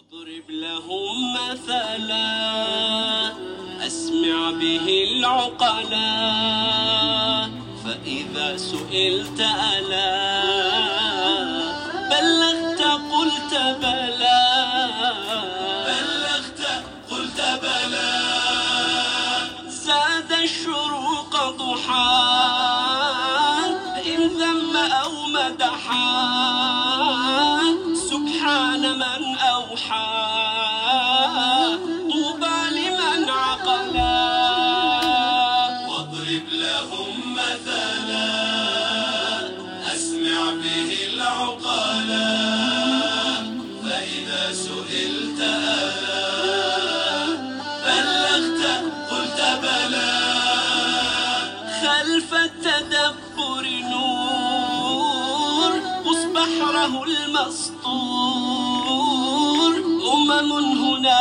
واضرب لهم مثلا أسمع به العقلا فإذا سئلت ألا بلغت قلت بلى زاد الشروق ضحى إن ذم أو مدحا سبحان من أوحى طوبى لمن عقلا واضرب لهم مثلا أسمع به العقلا فإذا سئلت ألا بلغت قلت بلى خلف التدبر نور قص بحره المسطور هنا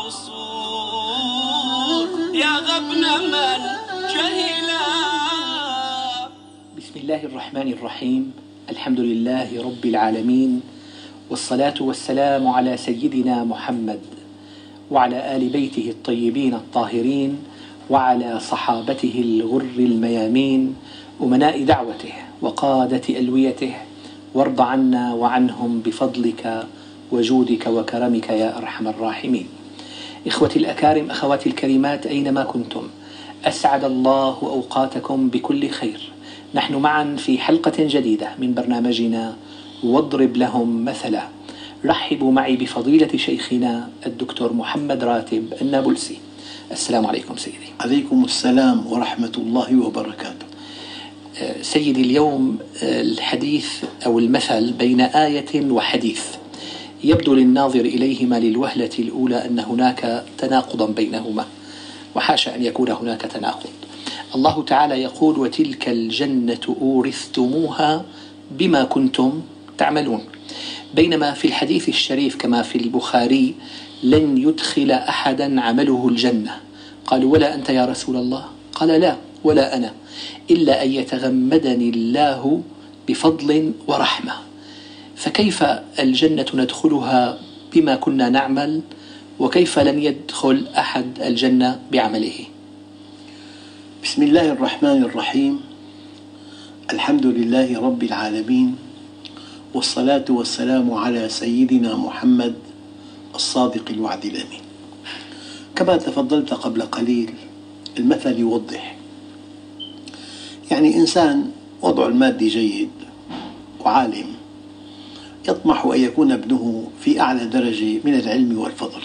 وعصور يا غبن من جهلا. بسم الله الرحمن الرحيم. الحمد لله رب العالمين، والصلاة والسلام على سيدنا محمد وعلى آل بيته الطيبين الطاهرين وعلى صحابته الغر الميامين أمناء دعوته وقادة ألويته، وارض عنا وعنهم بفضلك وجودك وكرمك يا أرحم الراحمين. إخوتي الأكارم، أخواتي الكريمات، أينما كنتم أسعد الله أوقاتكم بكل خير. نحن معا في حلقة جديدة من برنامجنا واضرب لهم مثلا. رحبوا معي بفضيلة شيخنا الدكتور محمد راتب النابلسي. السلام عليكم سيدي. عليكم السلام ورحمة الله وبركاته. سيدي، اليوم الحديث أو المثل بين آية وحديث يبدو للناظر إليهما للوهلة الأولى أن هناك تناقضا بينهما، وحاشا أن يكون هناك تناقض. الله تعالى يقول: وتلك الجنة أورثتموها بما كنتم تعملون، بينما في الحديث الشريف كما في البخاري: لن يدخل أحدا عمله الجنة. قالوا: ولا أنت يا رسول الله؟ قال: لا ولا أنا، إلا أن يتغمدني الله بفضل ورحمة. فكيف الجنة ندخلها بما كنا نعمل، وكيف لن يدخل أحد الجنة بعمله؟ بسم الله الرحمن الرحيم. الحمد لله رب العالمين، والصلاة والسلام على سيدنا محمد الصادق الوعد الأمين. كما تفضلت قبل قليل، المثل يوضح، يعني إنسان وضعه المادي جيد وعالم يطمح أن يكون ابنه في أعلى درجة من العلم والفضل،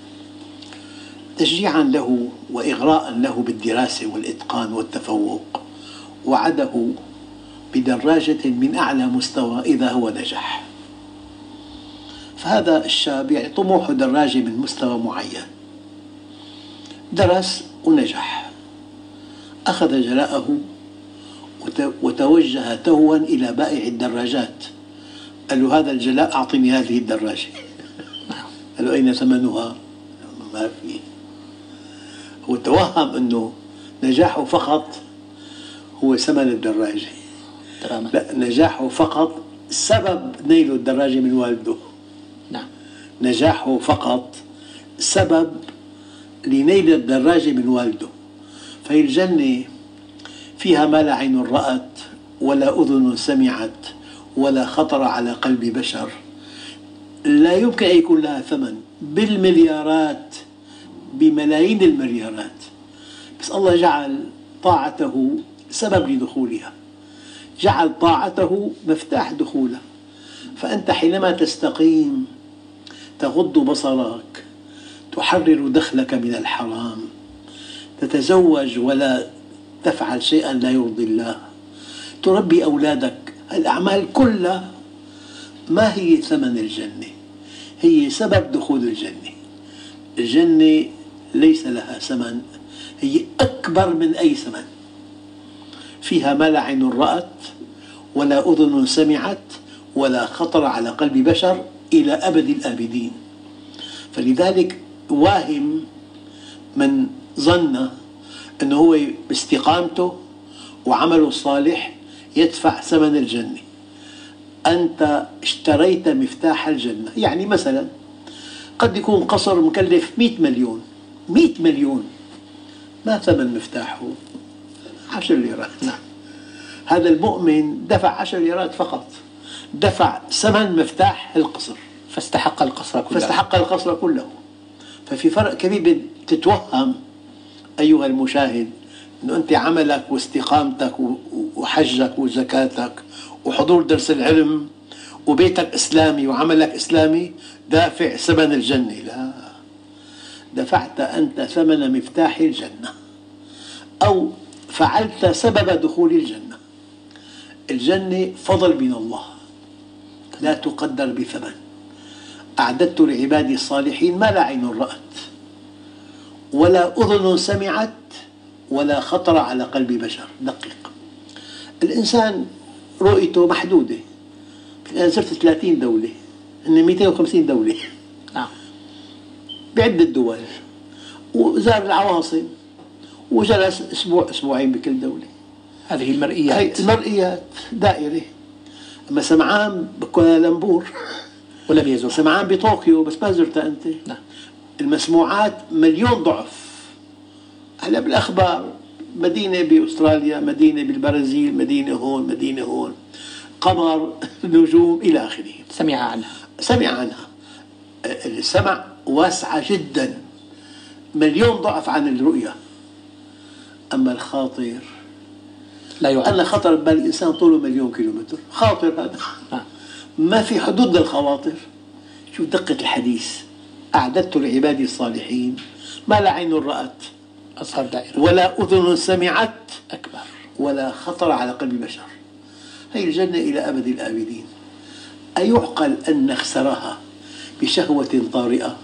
تشجيعا له وإغراء له بالدراسة والإتقان والتفوق، وعده بدراجة من أعلى مستوى إذا هو نجح. فهذا الشاب يعني طموحه دراجة من مستوى معين، درس ونجح، أخذ جلاءه وتوجه تهوا إلى بائع الدراجات، قال له: هذا الجلاء أعطني هذه الدراجة. قال له: أين ثمنها؟ ما في. هو توهم أنه نجاحه فقط هو ثمن الدراجة. لا، نجاحه فقط سبب نيل الدراجة من والده. نعم. نجاحه فقط سبب لنيل الدراجة من والده. فهي الجنة فيها ما لا عين رأت ولا أذن سمعت ولا خطر على قلب بشر، لا يمكن أن يكون لها ثمن، بالمليارات، بملايين المليارات، بس الله جعل طاعته سبب لدخولها، جعل طاعته مفتاح دخولها. فأنت حينما تستقيم، تغض بصرك، تحرر دخلك من الحرام، تتزوج ولا تفعل شيئا لا يرضي الله، تربي أولادك، الأعمال كلها ما هي ثمن الجنة، هي سبب دخول الجنة. الجنة ليس لها ثمن، هي أكبر من أي ثمن، فيها ما لا عين رأت ولا أذن سمعت ولا خطر على قلب بشر إلى أبد الآبدين. فلذلك واهم من ظن أنه هو باستقامته وعمله الصالح يدفع ثمن الجنة. أنت اشتريت مفتاح الجنة. يعني مثلا قد يكون قصر مكلف 100 مليون. 100 مليون ما ثمن مفتاحه؟ 10 ليرات. نعم. هذا المؤمن دفع 10 ليرات فقط، دفع ثمن مفتاح القصر، فاستحق القصر كله. فاستحق القصر كله. ففي فرق كبير بين تتوهم أيها المشاهد أنه أنت عملك واستقامتك وحجك وزكاتك وحضور درس العلم وبيتك إسلامي وعملك إسلامي دافع ثمن الجنة. لا، دفعت أنت ثمن مفتاح الجنة، أو فعلت سبب دخول الجنة. الجنة فضل من الله لا تقدر بثمن. أعددت لعبادي الصالحين ما لا عين رأت ولا أذن سمعت ولا خطر على قلب بشر. دقيق، الإنسان رؤيته محدودة. أنا زرت 30 دولة، إن 250 دولة نعم. بعدة دول، وزار العواصم وجلس أسبوع أسبوعين بكل دولة. هذه المرئيات. هي المرئيات دائرة. أما سمعان بكوالالمبور ولم يزر. سمعان بطوكيو بس ما زرتها أنت. نعم. المسموعات مليون ضعف. هلا بالأخبار مدينة بأستراليا، مدينة بالبرازيل، مدينة هون، مدينة هون، قمر، نجوم إلى آخره. سمع عنها. سمع عنها. السمع واسعة جدا، مليون ضعف عن الرؤية. أما الخاطر لا يعد. أنا خطر ببال الإنسان طوله 1,000,000 كيلومتر، خاطر هذا ما في حدود للخواطر. شوف دقة الحديث، أعددت لعبادي الصالحين ما لا عين رأت أصغر دائرة ولا أذن سمعت أكبر ولا خطر على قلب بشر. هي الجنة إلى أبد الآبدين. أيعقل أن نخسرها بشهوة طارئة،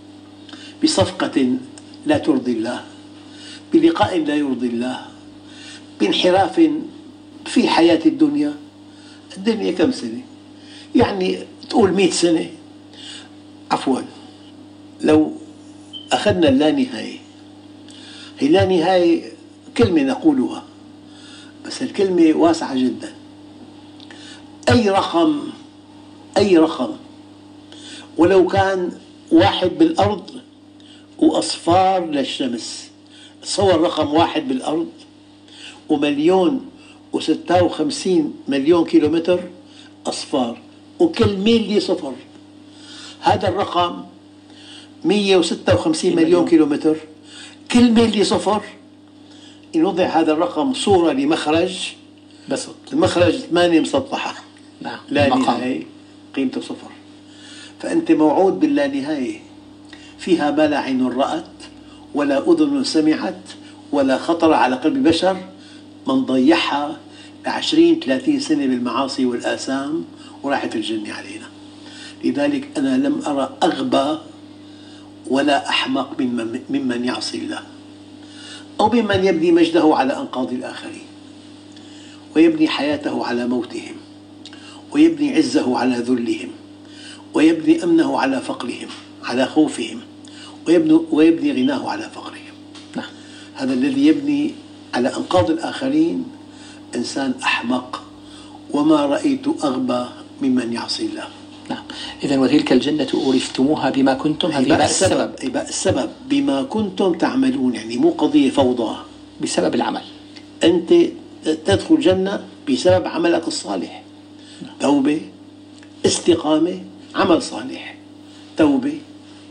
بصفقة لا ترضي الله، بلقاء لا يرضي الله، بانحراف في حياة الدنيا؟ الدنيا كم سنة؟ يعني تقول 100 سنة. عفوا، لو أخذنا اللانهاية، هي لا نهاية كلمة نقولها بس الكلمة واسعة جدا. أي رقم ولو كان 1 بالأرض وأصفار للشمس. تصور رقم 1 بالأرض و1,056,000,000 كيلومتر أصفار، وكل ميل صفر. هذا الرقم 156,000,000 كيلومتر، كل ميل صفر. نوضع هذا الرقم صورة لمخرج، بسط. المخرج 8 مسطحة. نعم. لا نهاية قيمته صفر. فأنت موعود باللا نهاية، فيها ما لا عين رأت ولا أذن سمعت ولا خطر على قلب بشر. من ضيعها 20-30 سنة بالمعاصي والآثام وراحت الجنة علينا. لذلك أنا لم أرى أغبى ولا أحمق ممن يعصي الله، أو ممن يبني مجده على أنقاض الآخرين، ويبني حياته على موتهم، ويبني عزه على ذلهم، ويبني أمنه على فقرهم، على خوفهم، ويبني غناه على فقرهم. نعم. هذا الذي يبني على أنقاض الآخرين إنسان أحمق، وما رأيت أغبى ممن يعصي الله. نعم. إذن وتلك الجنة أورثتموها بما كنتم. هذه باء السبب. باء السبب بما كنتم تعملون، يعني مو قضية فوضى. بسبب العمل. أنت تدخل جنة بسبب عملك الصالح. توبة، استقامة، عمل صالح. توبة،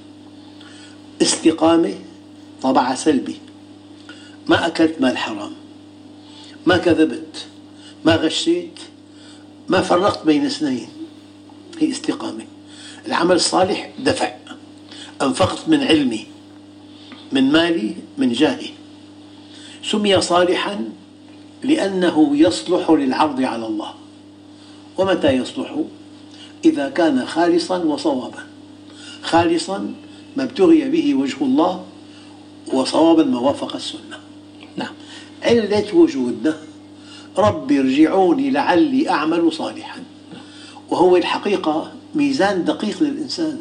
استقامة، طبع سلبي، ما أكلت مال حرام، ما كذبت، ما غشيت، ما فرقت بين اثنين، هي استقامة. العمل الصالح دفع، أنفقت من علمي، من مالي، من جاهي. سمي صالحا لأنه يصلح للعرض على الله. ومتى يصلح؟ إذا كان خالصا وصوابا. خالصا ما ابتغي به وجه الله، وصوابا ما وافق السنة. نعم. علة وجودنا رب ارجعوني لعلي أعمل صالحا، وهو الحقيقة ميزان دقيق للإنسان.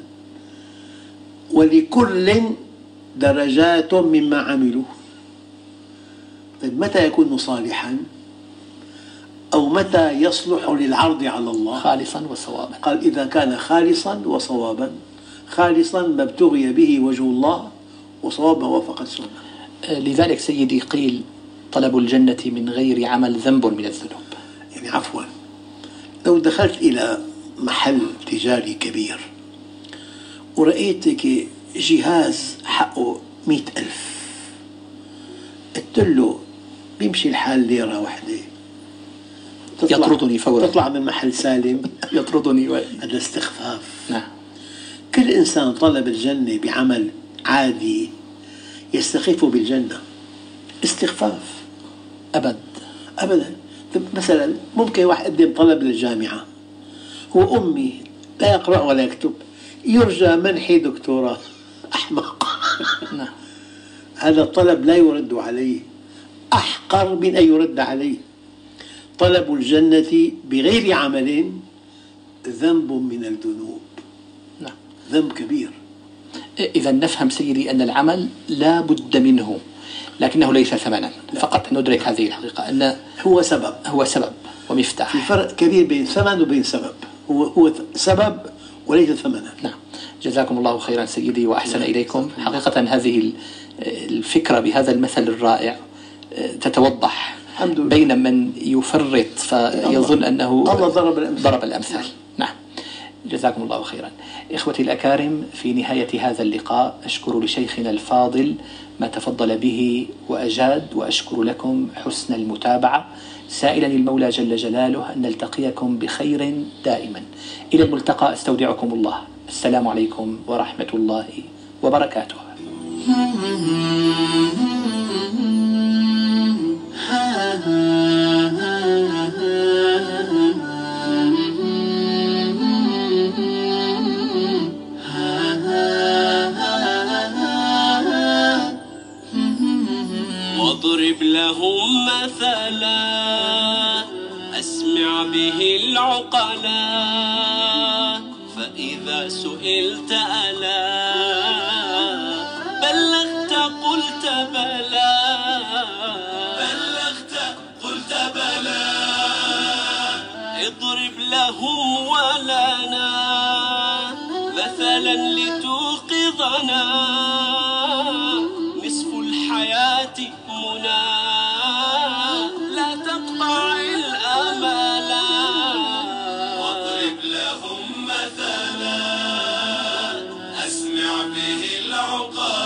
ولكل درجات مما عملوا. متى يكون صالحا؟ أو متى يصلح للعرض على الله؟ خالصا وصوابا. قال إذا كان خالصا وصوابا. خالصا ما ابتغي به وجه الله وصواب ما وافق السنة. لذلك سيدي قيل طلب الجنة من غير عمل ذنب من الذنوب. يعني عفوا، لو دخلت إلى محل تجاري كبير ورأيت جهاز حقه 100,000، قلت له بيمشي الحال ليرة واحدة يطردني فورا، تطلع من محل سالم. يطردني هذا استخفاف. نعم. كل إنسان طلب الجنة بعمل عادي يستخف بالجنة. استخفاف أبدا. مثلا ممكن واحد يقدم طلب للجامعة، هو أمي لا يقرأ ولا يكتب، يرجى منحي دكتوراه. أحمق. نعم. هذا الطلب لا يرد عليه، أحقر من أن يرد عليه. طلب الجنة بغير عمل ذنب من الذنوب. نعم. ذنب كبير. إذا نفهم سيدي أن العمل لا بد منه، لكنه ليس ثمنا. فقط ندرك هذه الحقيقة، أن هو سبب ومفتاح. في فرق كبير بين ثمن وبين سبب. هو سبب وليس ثمنا. نعم. جزاكم الله خيرا سيدي وأحسن إليكم. حقيقة هذه الفكرة بهذا المثل الرائع تتوضح بين من يفرط فيظن أنه الله ضرب الأمثال. نعم. جزاكم الله خيرا. إخوتي الأكارم، في نهاية هذا اللقاء أشكر لشيخنا الفاضل ما تفضل به وأجاد، وأشكر لكم حسن المتابعة، سائلا المولى جل جلاله أن نلتقيكم بخير دائما. إلى الملتقى، استودعكم الله. السلام عليكم ورحمة الله وبركاته. واضرب لهم مثلا أسمع به العقلا، فإذا سئلت ألا بلغت قلت بلى، اضرب لهم ولنا مثلا لتوقظنا، نصف الحياة منى لا تقطع الأمل. واضرب لهم مثلا أسمع به العقل،